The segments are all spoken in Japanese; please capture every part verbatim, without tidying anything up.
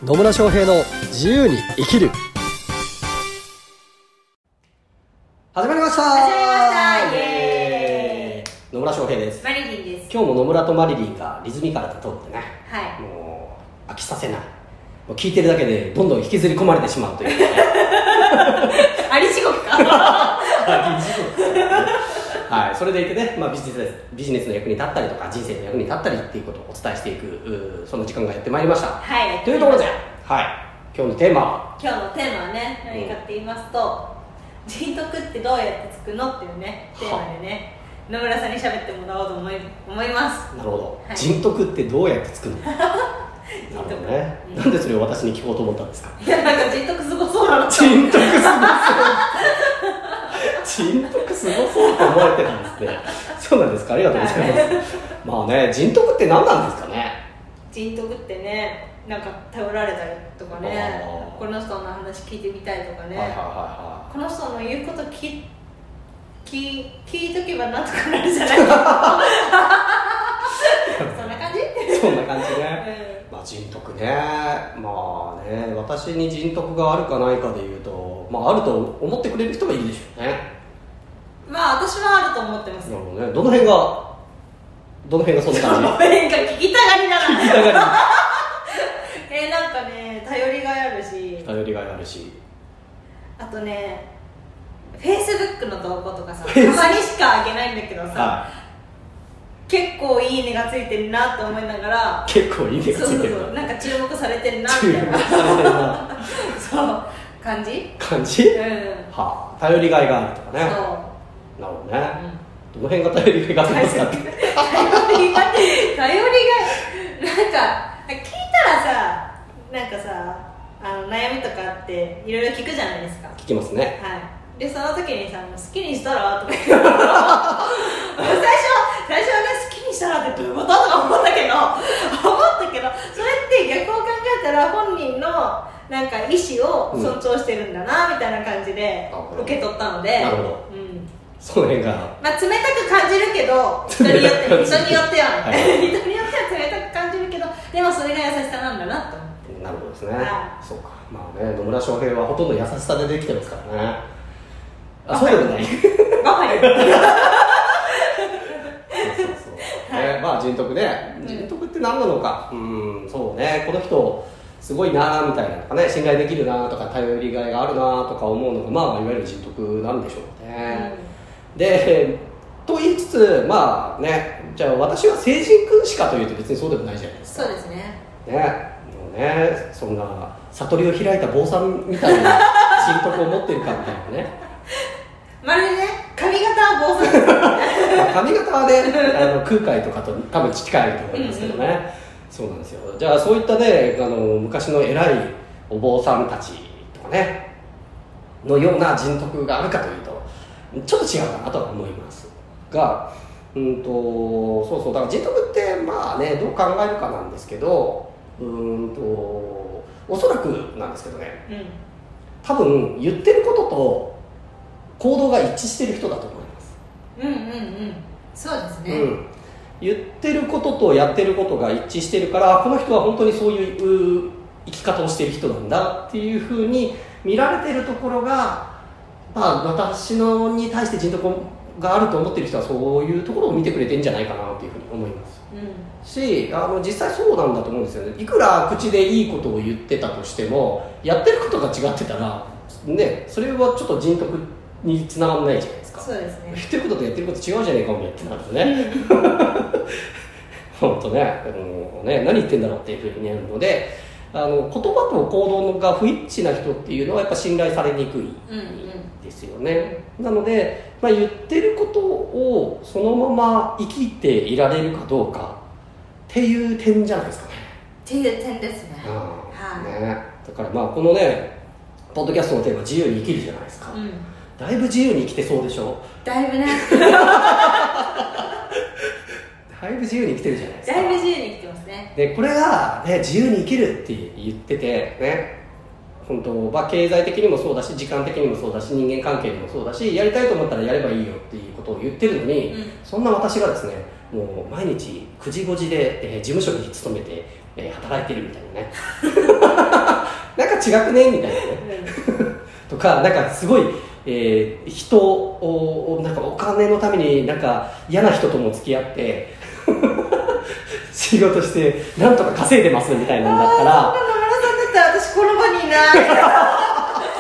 野村翔平の自由に生きる。始まりました始まりましたイエーイ。 野村翔平です。 マリリンです。 今日も野村とマリリンがリズミカルで通ってね、 はい、 もう飽きさせない、もう聞いてるだけでどんどん引きずり込まれてしまうという、ね、 あり地獄かあり地獄ですね。はい、それでいてね、まあ、ビジネス、ビジネスの役に立ったりとか人生の役に立ったりっていうことをお伝えしていく、その時間がやってまいりました。 はい、 というところで、はい、今日のテーマは今日のテーマはね、何かって言いますと、うん、人徳ってどうやってつくのっていうねテーマでね、野村さんに喋ってもらおうと思い、思います。 なるほど、 はい、 人徳ってどうやってつくのなるほどね、うん、なんでそれを私に聞こうと思ったんですか。 いや、なんか人徳すごそうなの。 人徳すごそう人徳すごそうと思われてたんですね。そうなんですか、ありがとうございます。まあね、人徳って何なんですかね。 人徳ってね、なんか頼られたりとかね、この人の話聞いてみたいとかね、はいはいはいはい、この人の言うこと聞聞聞いとけばなんとかなるじゃないかそんな感じそんな感じね、うん、まあ人徳ね、まあね、私に人徳があるかないかでいうと、まああると思ってくれる人がいるでしょうね。まあ私はあると思ってます。 なるほどね。どの辺がどの辺がそんな感じ。 どの辺が聞きたがりなら聞きたがりえー、なんかね、頼りがいあるし頼りがいあるし、 あとね、フェイスブックの動画とかさ、たまにしかあげないんだけどさ、はい、結構いいねがついてるなって思いながら、 結構いいねがついてるな、そうそうそう、 なんか注目されてるなみたいなそう感じ感じ、うん、はあ、頼りがいがあるとかね。そう、なるほどね、うん、どの辺が頼りがいがあるんですかって頼りがい頼りがいなんか聞いたらさ、なんかさ、あの悩みとかっていろいろ聞くじゃないですか。 聞きますね。 はい。でその時にさ、もう好きにしたらとか言って最初は最初はね、好きにしたらってどういうこととか思ったけど思ったけど、それって逆を考えたら本人のなんか意思を尊重してるんだな、うん、みたいな感じで受け取ったので、 なるほど、うん、その辺が、 まあ、冷たく感じるけど、人によって人によっては、はい、人によっては冷たく感じるけど、でもそれが優しさなんだなと思って。 なるほどですね、はい、そうか、まあね、野村翔平はほとんど優しさでできてますからね。あ、そうでもないバカよそうそうそう、はい、ね、まあ人徳ね、人徳って何なのか、うん、そうね、この人すごいなみたいなとかね、信頼できるなとか頼りがいがあるなとか思うのが、まあいわゆる人徳なんでしょうね、うん、でと言いつつ、まあね、じゃあ私は聖人君しかというと別にそうでもないじゃないですか。 そうですね。 ね、もうね、そんな悟りを開いた坊さんみたいな人徳を持ってるかみたいなねまるでね、髪型は坊さんです髪型はね、あの空海とかと多分近いと思いますけどね、うんうん、そうなんですよ。じゃあそういったね、あの昔の偉いお坊さんたちとかねのような人徳があるかというとちょっと違うかなとは思いますが、うんとそうそう、だから人徳ってまあね、どう考えるかなんですけど、うんとおそらくなんですけどね、うん、多分言ってることと行動が一致してる人だと思います。 うんうんうん、そうですね、うん、 言ってることとやってることが一致してるから、この人は本当にそういう生き方をしてる人なんだっていうふうに見られてるところが、まあ、私のに対して人徳があると思ってる人はそういうところを見てくれてるんじゃないかなというふうに思います、うん、し、あの実際そうなんだと思うんですよね。いくら口でいいことを言ってたとしても、やってることが違ってたらね、それはちょっと人徳に繋がらないじゃないですか。 そうですね。 言ってることとやってること違うじゃねえかお前ってなるとね本当ね、もうね、何言ってんだろうっていうふうになるので、あの言葉と行動が不一致な人っていうのはやっぱ信頼されにくいですよね、うんうん、なので、まあ、言ってることをそのまま生きていられるかどうかっていう点じゃないですかね。 っていう点ですね、うんはい、ね、だからまあこのねポッドキャストのテーマ自由に生きるじゃないですか、うん、だいぶ自由に生きてそうでしょ。 だいぶねだいぶ自由に生きてるじゃないですか。 だいぶ自由に生きてますね。 でこれが、ね、自由に生きるって言っててね、本当、まあ、経済的にもそうだし時間的にもそうだし人間関係にもそうだし、やりたいと思ったらやればいいよっていうことを言ってるのに、うん、そんな私がですね、もう毎日くじごじで、えー、事務職に勤めて、えー、働いてるみたいなねなんか違くねみたいなねとか、なんかすごい、えー、人をなんかお金のためになんか嫌な人とも付き合って仕事してなんとか稼いでますみたいなんだったら、 あー、そんな野村さんだったら私この場にいない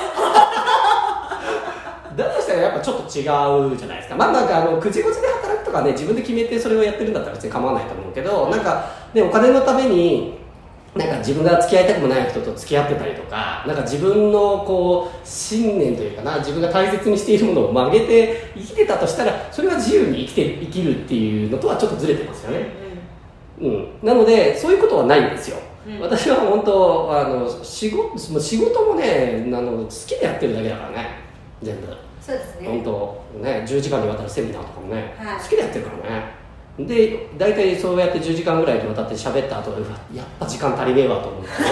だとしたらやっぱちょっと違うじゃないですか。まあなんかあの口々で働くとかね、自分で決めてそれをやってるんだったら別に構わないと思うけど、なんかね、お金のためになんか自分が付き合いたくもない人と付き合ってたりとか、なんか自分のこう信念というかな、自分が大切にしているものを曲げて生きてたとしたら、それは自由に生きて生きるっていうのとはちょっとずれてますよね。うん、なのでそういうことはないんですよ。うん、私は本当あの仕事仕事もね、あの好きでやってるだけだからね、全部。 そうですね。 本当ね、じゅうじかんにわたるセミナーとかもね、 はい、 好きでやってるからね。で大体そうやってじゅうじかんぐらいにわたって喋った後、うわやっぱ時間足りねえわと思ってね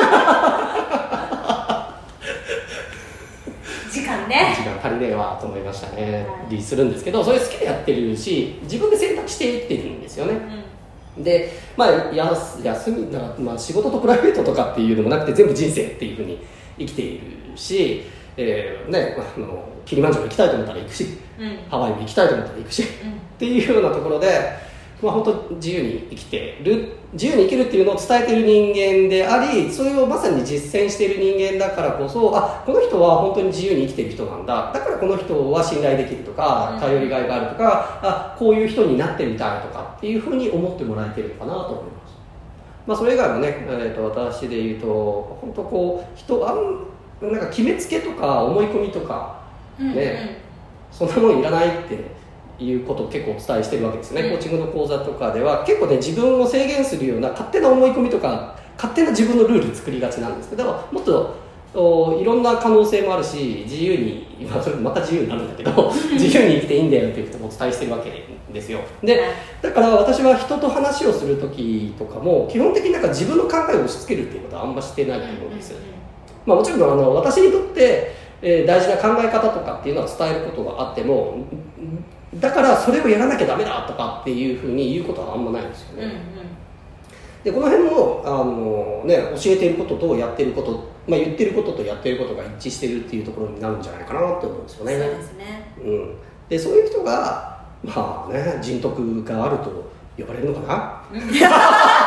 時間ね時間足りねえわと思いましたね、 はい、 りするんですけど、それ好きでやってるし、自分で選択していってるんですよね。うん、でまあや休みな、まあ、仕事とプライベートとかっていうのもなくて、全部人生っていうふうに生きているし、えーね、あのキリマンジャロ行きたいと思ったら行くし、うん、ハワイも行きたいと思ったら行くし、うん、っていうようなところで、まあ、本当自由に生きてる、自由に生きるっていうのを伝えている人間であり、それをまさに実践している人間だからこそ、あ、この人は本当に自由に生きている人なんだ、だからこの人は信頼できるとか、頼りがいがあるとか、あ、こういう人になってみたいとかっていうふうに思ってもらえてるのかなと思います。まあ、それ以外もね、えー、と私で言うと本当こう人あんなんか決めつけとか思い込みとか、ね、うんうん、そんなもんいらないっていうことを結構お伝えしてるわけですね、うん、コーチングの講座とかでは結構ね、自分を制限するような勝手な思い込みとか勝手な自分のルール作りがちなんですけど、もっといろんな可能性もあるし、自由に、まあ、それまた自由になるんだけど自由に生きていいんだよっていうこともお伝えしてるわけですよ。でだから私は人と話をする時とかも基本的になんか自分の考えを押し付けるっていうことはあんましてないと思うんです、うんうんうん、まあ、もちろんあの私にとって、えー、大事な考え方とかっていうのは伝えることがあっても、だからそれをやらなきゃダメだとかっていうふうに言うことはあんまないんですよね、うんうん、でこの辺もあの、ね、教えていることとやっていること、まあ、言ってることとやってることが一致してるっていうところになるんじゃないかなと思うんですよね。 そうですね、 うん、でそういう人がまあね、人徳があると呼ばれるのかな何ですか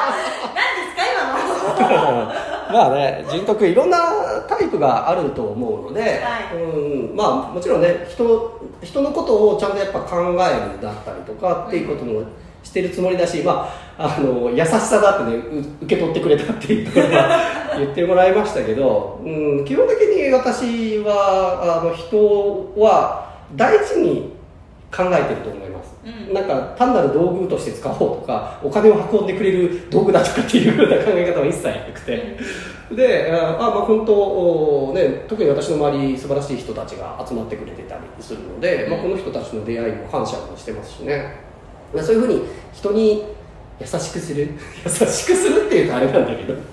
今のまあね、人徳いろんなタイプがあると思うので、はい、うん、まあもちろんね、人人のことをちゃんとやっぱ考えるだったりとかっていうこともしてるつもりだし、うん、まあ、あの優しさだってね受け取ってくれたっていうところは言ってもらいましたけど、うん、基本的に私はあの人は大事に考えてると思います、うん、なんか単なる道具として使おうとかお金を運んでくれる道具だとかっていうような考え方は一切なくて、うん、で、あ、まあ本当、ね、特に私の周り素晴らしい人たちが集まってくれてたりするので、うん、まあ、この人たちの出会いも感謝もしてますしね、そういうふうに人に優しくする優しくするっていうとあれなんだけど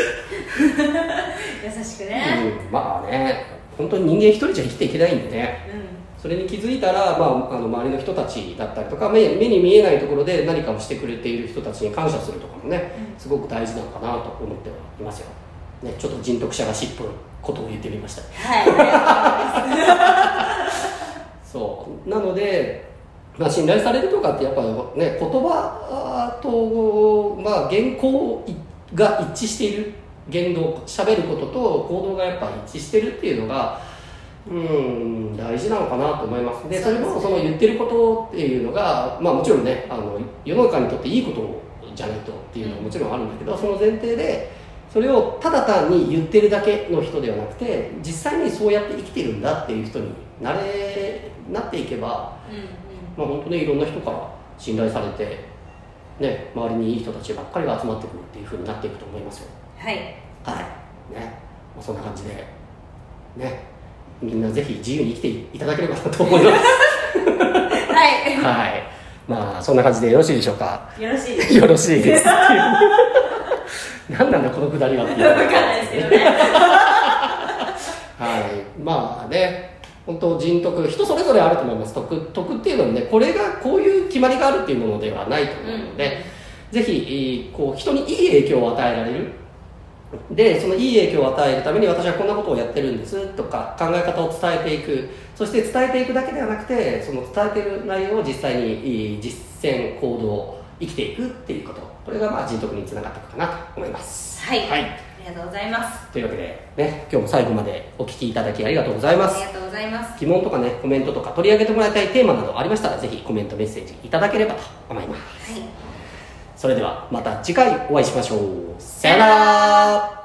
優しくね、 うん、まあね、本当に人間一人じゃ生きていけないんでね、うん、それに気づいたら、まあ、あの周りの人たちだったりとか 目, 目に見えないところで何かをしてくれている人たちに感謝するとかもね、うん、すごく大事なのかなと思ってはいますよ、ね、ちょっと人徳者らしいことを言ってみました。はい、そうなので、まあ、信頼されるとかってやっぱりね、言葉と、まあ、言行が一致している、言動、喋ることと行動がやっぱ一致してるっていうのがうん大事なのかなと思います。でそれもその言ってることっていうのが、まあ、もちろんね、あの世の中にとっていいことじゃないとっていうのはもちろんあるんだけど、その前提でそれをただ単に言ってるだけの人ではなくて、実際にそうやって生きてるんだっていう人になれなっていけば、うんうん、まあ、本当にいろんな人から信頼されて、ね、周りにいい人たちばっかりが集まってくるっていう風になっていくと思いますよ。 はいはいね、まあ、そんな感じでね、みんなぜひ自由に生きていただければなと思いますはいはい、まあそんな感じでよろしいでしょうか。 よろしいですよろしいです何なんだこのくだりはっていう分かんないですけどねはい、まあね、本当人徳人それぞれあると思います。徳、徳っていうのはね、これがこういう決まりがあるっていうものではないと思うので、うん、ぜひこう人にいい影響を与えられる、 でそのいい影響を与えるために私はこんなことをやってるんですとか考え方を伝えていく、そして伝えていくだけではなくてその伝えている内容を実際に実践行動生きていくっていうこと、これがまあ人徳につながっていくかなと思います。 はい、 はい、 ありがとうございます。 というわけで、ね、今日も最後までお聞きいただきありがとうございます。 ありがとうございます。 疑問とかねコメントとか取り上げてもらいたいテーマなどありましたらぜひコメントメッセージいただければと思います。 はい、 それではまた次回お会いしましょう。さよなら。